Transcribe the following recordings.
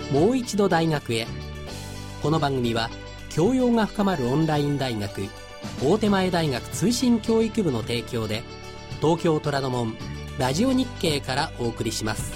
もう一度大学へ。この番組は教養が深まるオンライン大学大手前大学通信教育部の提供で東京虎ノ門ラジオ日経からお送りします。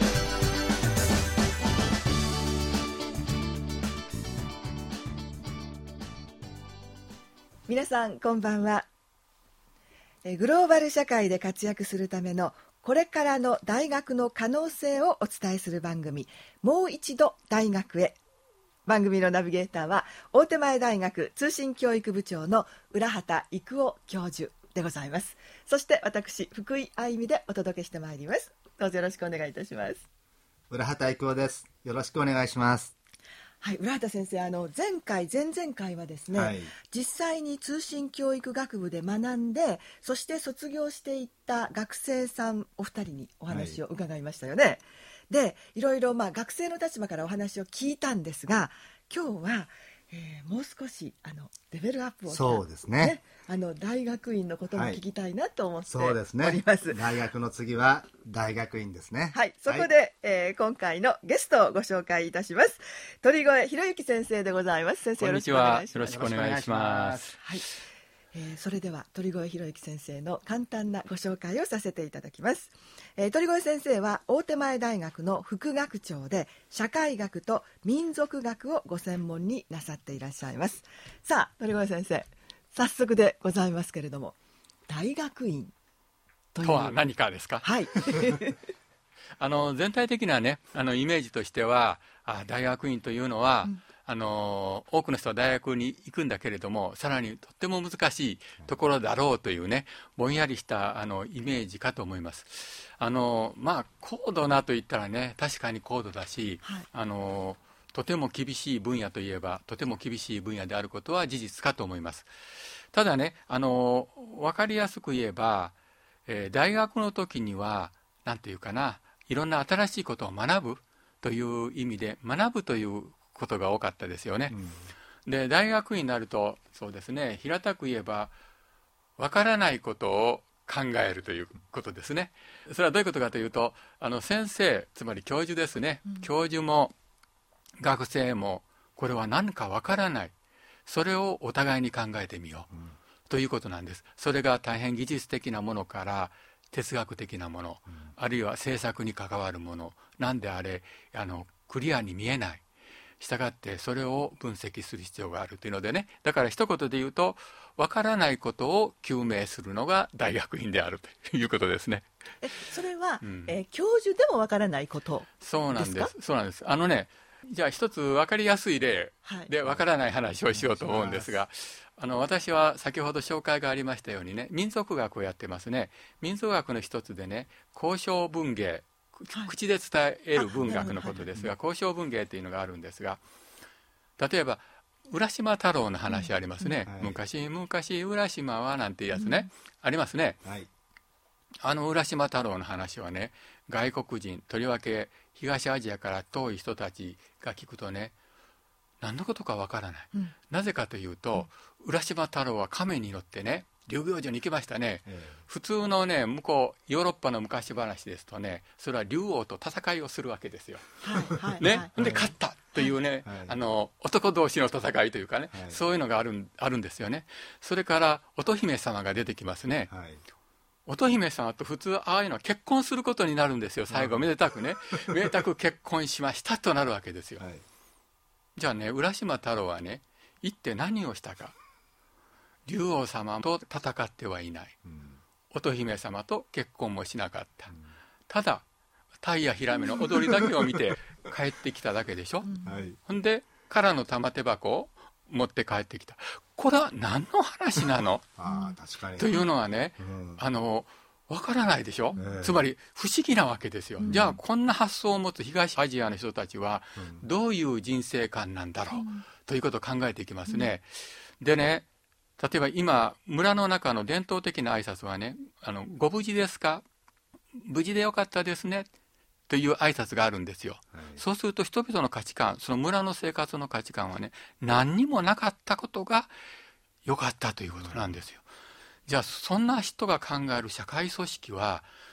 皆さんこんばんは。グローバル社会で活躍するためのこれからの大学の可能性をお伝えする番組、もう一度大学へ。番組のナビゲーターは大手前大学通信教育部長の浦畑郁夫教授でございます。そして私福井愛美でお届けしてまいります。どうぞよろしくお願いいたします。 浦畑郁夫です。よろしくお願いします。 はい、浦畑先生、前回前々回はですね、はい、実際に通信教育学部で学んで、そして卒業していった学生さんお二人にお話を伺いましたよね。はい、でいろいろ学生の立場からお話を聞いたんですが、今日は、もう少しレベルアップをした、 そうですね、 大学院のことも聞きたいなと思っております。 そうですね、大学の次は大学院ですね。 はい、そこで、今回のゲストをご紹介いたします。鳥越博之先生でございます。先生、よろしくお願いします。 よろしくお願いします。 はい、それでは鳥越博之先生の簡単なご紹介をさせていただきます。鳥越先生は大手前大学の副学長で社会学と民族学をご専門になさっていらっしゃいます。さあ鳥越先生、早速でございますけれども、大学院とは何かですか？ はい全体的なねイメージとしては、大学院というのは、多くの人は大学に行くんだけれども、さらにとっても難しいところだろうというね、ぼんやりしたイメージかと思います。高度なと言ったらね、確かに高度だし、はい、とても厳しい分野といえばとても厳しい分野であることは事実かと思います。ただね、分かりやすく言えば、大学の時にはなんていうかな、いろんな新しいことを学ぶという意味で学ぶということが多かったですよね。で大学になるとそうですね、平たく言えばわからないことを考えるということですね。それはどういうことかというと、先生、つまり教授ですね、教授も学生もこれは何かわからない、それをお互いに考えてみよう、ということなんです。それが大変技術的なものから哲学的なもの、あるいは政策に関わるものなんであれ、クリアに見えない。したがってそれを分析する必要があるというのでね、だから一言で言うと、わからないことを究明するのが大学院であるということですね。 それは、教授でもわからないことですか？ そうなんです。そうなんです。じゃあ一つ分かりやすい例でわからない話をしようと思うんですが、私は先ほど紹介がありましたようにね、民族学をやってますね。民族学の一つでね、口承文芸、口で伝える文学のことですが、口承文芸というのがあるんですが、例えば浦島太郎の話ありますね。昔昔浦島はなんていうやつね、ありますね。浦島太郎の話はね、外国人、とりわけ東アジアから遠い人たちが聞くとね、何のことかわからない、なぜかというと、浦島太郎は亀に乗ってね、竜宮城に行きましたね。普通のね、向こうヨーロッパの昔話ですとね、それは竜王と戦いをするわけですよ。で勝ったというね、男同士の戦いというかね、そういうのがあるんですよね。それから乙姫様が出てきますね。乙姫様と普通ああいうのは結婚することになるんですよ。最後めでたくね、めでたく結婚しましたとなるわけですよ。じゃあね、浦島太郎はね、行って何をしたか。竜王様と戦ってはいない、乙姫様と結婚もしなかった、ただタイやヒラメの踊りだけを見て帰ってきただけでしょ、ほんで空の玉手箱を持って帰ってきた。これは何の話なの確かにというのはね、わからないでしょ、つまり不思議なわけですよ。じゃあこんな発想を持つ東アジアの人たちはどういう人生観なんだろう、ということを考えていきますね。でね、例えば今村の中の伝統的な挨拶はね、ご無事ですか、無事でよかったですねという挨拶があるんですよ。そうすると人々の価値観、その村の生活の価値観はね、何にもなかったことがよかったということなんですよ。じゃあそんな人が考える社会組織は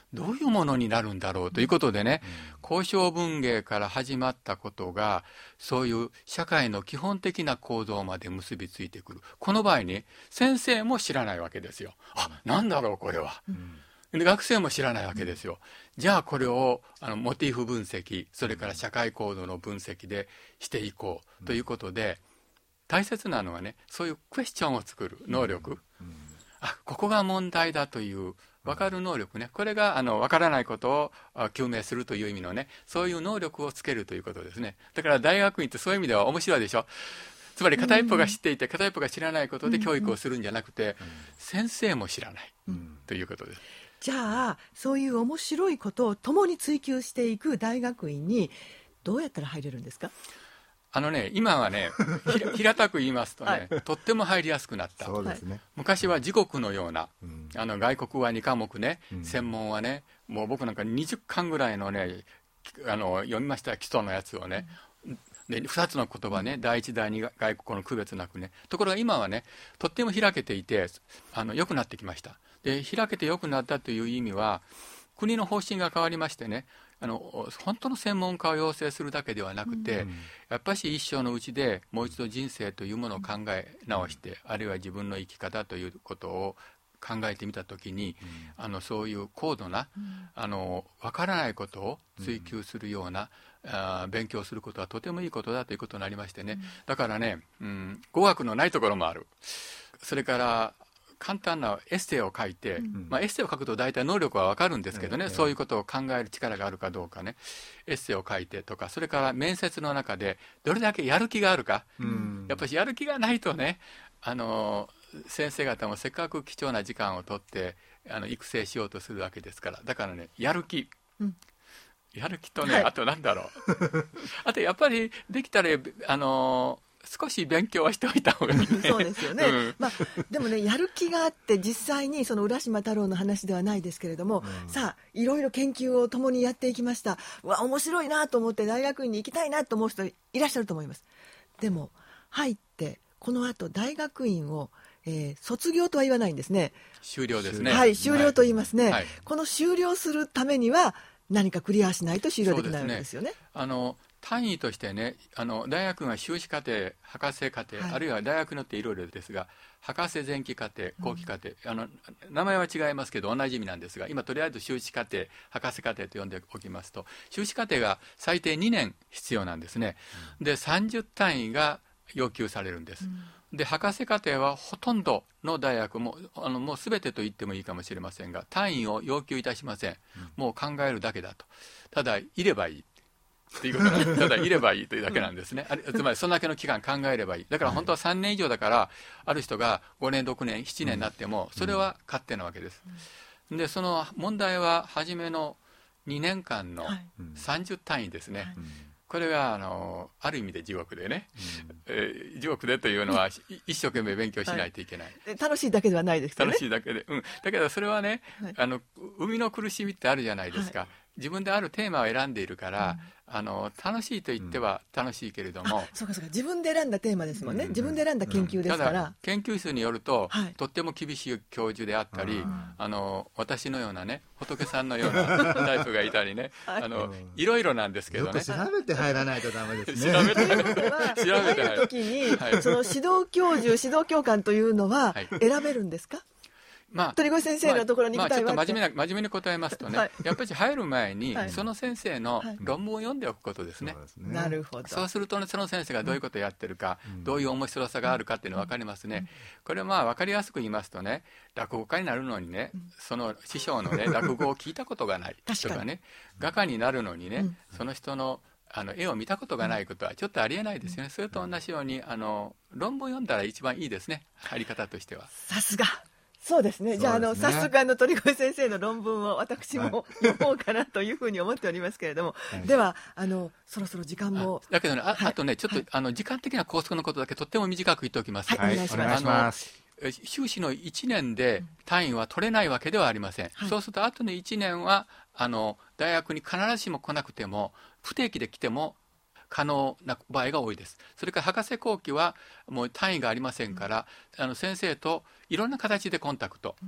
どういうものになるんだろうということでね、交渉文芸から始まったことがそういう社会の基本的な構造まで結びついてくる。この場合に先生も知らないわけですよ。なんだろうこれは、で学生も知らないわけですよ。じゃあこれをモチーフ分析、それから社会構造の分析でしていこうということで、大切なのはね、そういうクエスチョンを作る能力、ここが問題だという分かる能力ね、これが分からないことを究明するという意味のね、そういう能力をつけるということですね。だから大学院ってそういう意味では面白いでしょ。つまり片一方が知っていて片一方が知らないことで教育をするんじゃなくて、先生も知らないということです。 じゃあそういう面白いことを共に追求していく大学院にどうやったら入れるんですか？ 今はね平たく言いますとね、とっても入りやすくなった。 そうですね。 昔は自国のような、外国は2科目ね、専門はね、もう僕なんか20巻ぐらいのね読みました、基礎のやつをね、で2つの言葉ね、第一第二外国の区別なくね。ところが今はね、とっても開けていて良くなってきました。で開けて良くなったという意味は、国の方針が変わりましてね、本当の専門家を養成するだけではなくて、やっぱし一生のうちでもう一度人生というものを考え直して、あるいは自分の生き方ということを考えてみたときに、そういう高度な分からないことを追求するような、勉強することはとてもいいことだということになりましてね、だからね、語学のないところもある。それから簡単なエッセイを書いて、エッセイを書くと大体能力は分かるんですけどね、そういうことを考える力があるかどうかね、エッセイを書いてとか、それから面接の中でどれだけやる気があるか、やっぱりやる気がないとね、先生方もせっかく貴重な時間を取って育成しようとするわけですから、だからね、やる気、やる気とね、あとなんだろうあとやっぱりできたら少し勉強はしておいた方がいいね。 そうですよね、でもね、やる気があって実際にその浦島太郎の話ではないですけれども、さあいろいろ研究を共にやっていきました。面白いなと思って大学院に行きたいなと思う人いらっしゃると思います。でも入ってこの後大学院を、卒業とは言わないんですね。 終了ですね。 はい、終了と言いますね、この終了するためには何かクリアしないと終了できないわけですよね。 単位としてね、大学が修士課程、博士課程、あるいは大学によっていろいろですが、博士前期課程、後期課程、名前は違いますけど同じ意味なんですが、今とりあえず修士課程、博士課程と呼んでおきますと、修士課程が最低2年必要なんですね。で30単位が要求されるんです。で博士課程はほとんどの大学もう全てと言ってもいいかもしれませんが、単位を要求いたしません。もう考えるだけだと。ただいればいいっていうことなんです。ただいればいいというだけなんですね。つまりそんだけの期間考えればいい。だから本当は3年以上だから、ある人が5年6年7年になってもそれは勝手なわけです。でその問題は初めの2年間の30単位ですね。これがある意味で地獄でね、地獄でというのは一生懸命勉強しないといけない、 楽しいだけではないですけどね。 楽しいだけで、だけどそれはね、生みの苦しみってあるじゃないですか。自分であるテーマを選んでいるから、楽しいと言っては楽しいけれども、 そうか自分で選んだテーマですもんね、自分で選んだ研究ですから、 ただ研究室によると、とっても厳しい教授であったり、私のようなね、仏さんのようなタイプがいたりね、いろいろなんですけどね。 よく調べて入らないとダメですね。 調べてない時に、その指導教授、指導教官というのは選べるんですか？鳥越先生のところに行きたいわって、 ちょっと真面目に答えますとね、やっぱり入る前にその先生の論文を読んでおくことですね。 なるほど。 そうするとね、その先生がどういうことをやってるか、どういう面白さがあるかっていうのが分かりますね。これは分かりやすく言いますとね、落語家になるのにね、その師匠のね落語を聞いたことがないとかね、画家になるのにね、その人の絵を見たことがないことはちょっとありえないですよね。それと同じように論文読んだら一番いいですね、入り方としては。 さすが。そうですね。じゃあ、早速鳥越先生の論文を私も読もうかなというふうに思っておりますけれども、ではそろそろ時間もだけどね、あとね、ちょっと時間的な拘束のことだけとっても短く言っておきます。 お願いします。 修士の1年で単位は取れないわけではありません。そうすると後の1年は大学に必ずしも来なくても、不定期で来ても可能な場合が多いです。それから博士後期はもう単位がありませんから、先生といろんな形でコンタクト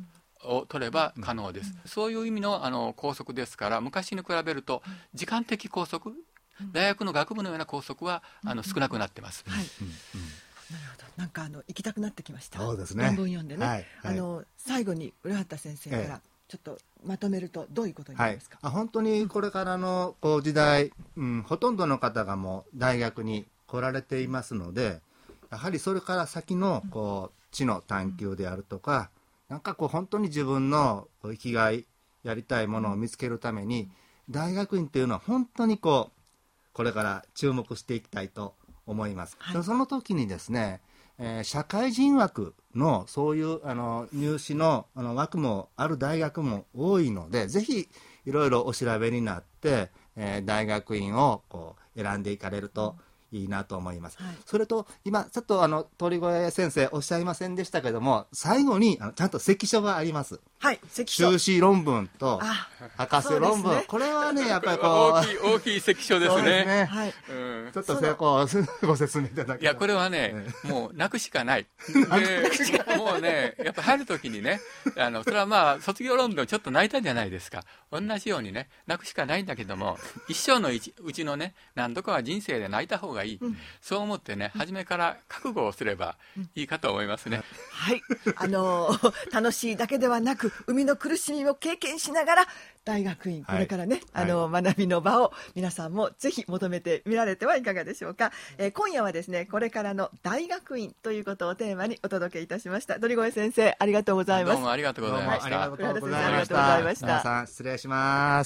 を取れば可能です、そういう意味の、校則ですから、昔に比べると時間的校則、大学の学部のような校則は少なくなってます、 なるほど、なんか行きたくなってきました。 そうですね、 論文読んでね、最後に浦畑先生からちょっとまとめるとどういうことになりますか。 本当にこれからの時代、ほとんどの方がもう大学に来られていますので、やはりそれから先の知の探求であるとか、なんか本当に自分の生きがい、やりたいものを見つけるために、大学院というのは本当にこれから注目していきたいと思います、その時にですね、社会人枠のそういう入試の枠もある大学も多いので、ぜひいろいろお調べになって、大学院を選んでいかれるといいなと思います、それと今ちょっと鳥越先生おっしゃいませんでしたけども、最後にちゃんと関書があります。 関書、 修士論文と博士論文、これはねやっぱり大きい関書ですね。 ちょっとご説明いただきます。 いや、これはね、もう泣くしかない。もうね、やっぱ入るときにね、それはまあ卒業論文ちょっと泣いたんじゃないですか。同じようにね、泣くしかないんだけども、一生のうちのね、何度かは人生で泣いた方がいい、そう思ってね、初めから覚悟をすればいいかと思いますね。 楽しいだけではなく、生みの苦しみを経験しながら大学院、これからね、学びの場を皆さんもぜひ求めてみられてはいかがでしょうか。今夜はですね、これからの大学院ということをテーマにお届けいたしました。鳥越先生、ありがとうございます。 どうもありがとうございました。 ありがとうございました。 皆さん失礼します。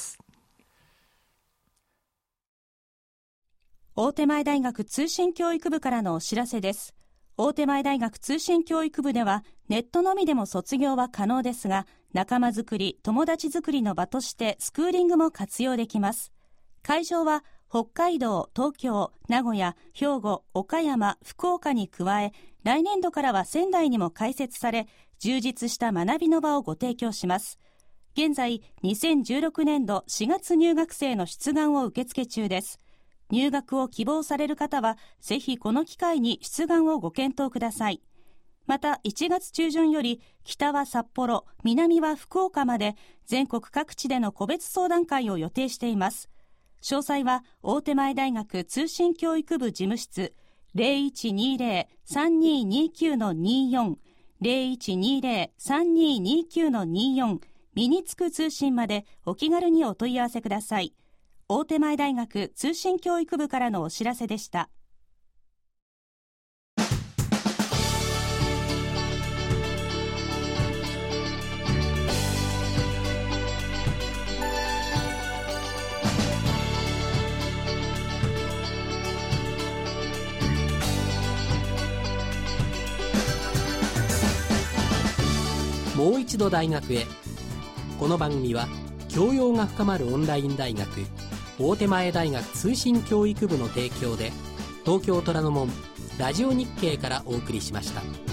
大手前大学通信教育部からのお知らせです。大手前大学通信教育部では、ネットのみでも卒業は可能ですが、仲間づくり、友達づくりの場としてスクーリングも活用できます。会場は北海道、東京、名古屋、兵庫、岡山、福岡に加え、来年度からは仙台にも開設され、充実した学びの場をご提供します。現在、2016年度4月入学生の出願を受付中です。入学を希望される方は、ぜひこの機会に出願をご検討ください。また、1月中旬より、北は札幌、南は福岡まで、全国各地での個別相談会を予定しています。詳細は、大手前大学通信教育部事務室、0120-3229-24、0120-3229-24、身につく通信までお気軽にお問い合わせください。大手前大学通信教育部からのお知らせでした。 もう一度大学へ。この番組は教養が深まるオンライン大学大手前大学通信教育部の提供で、東京虎ノ門ラジオ日経からお送りしました。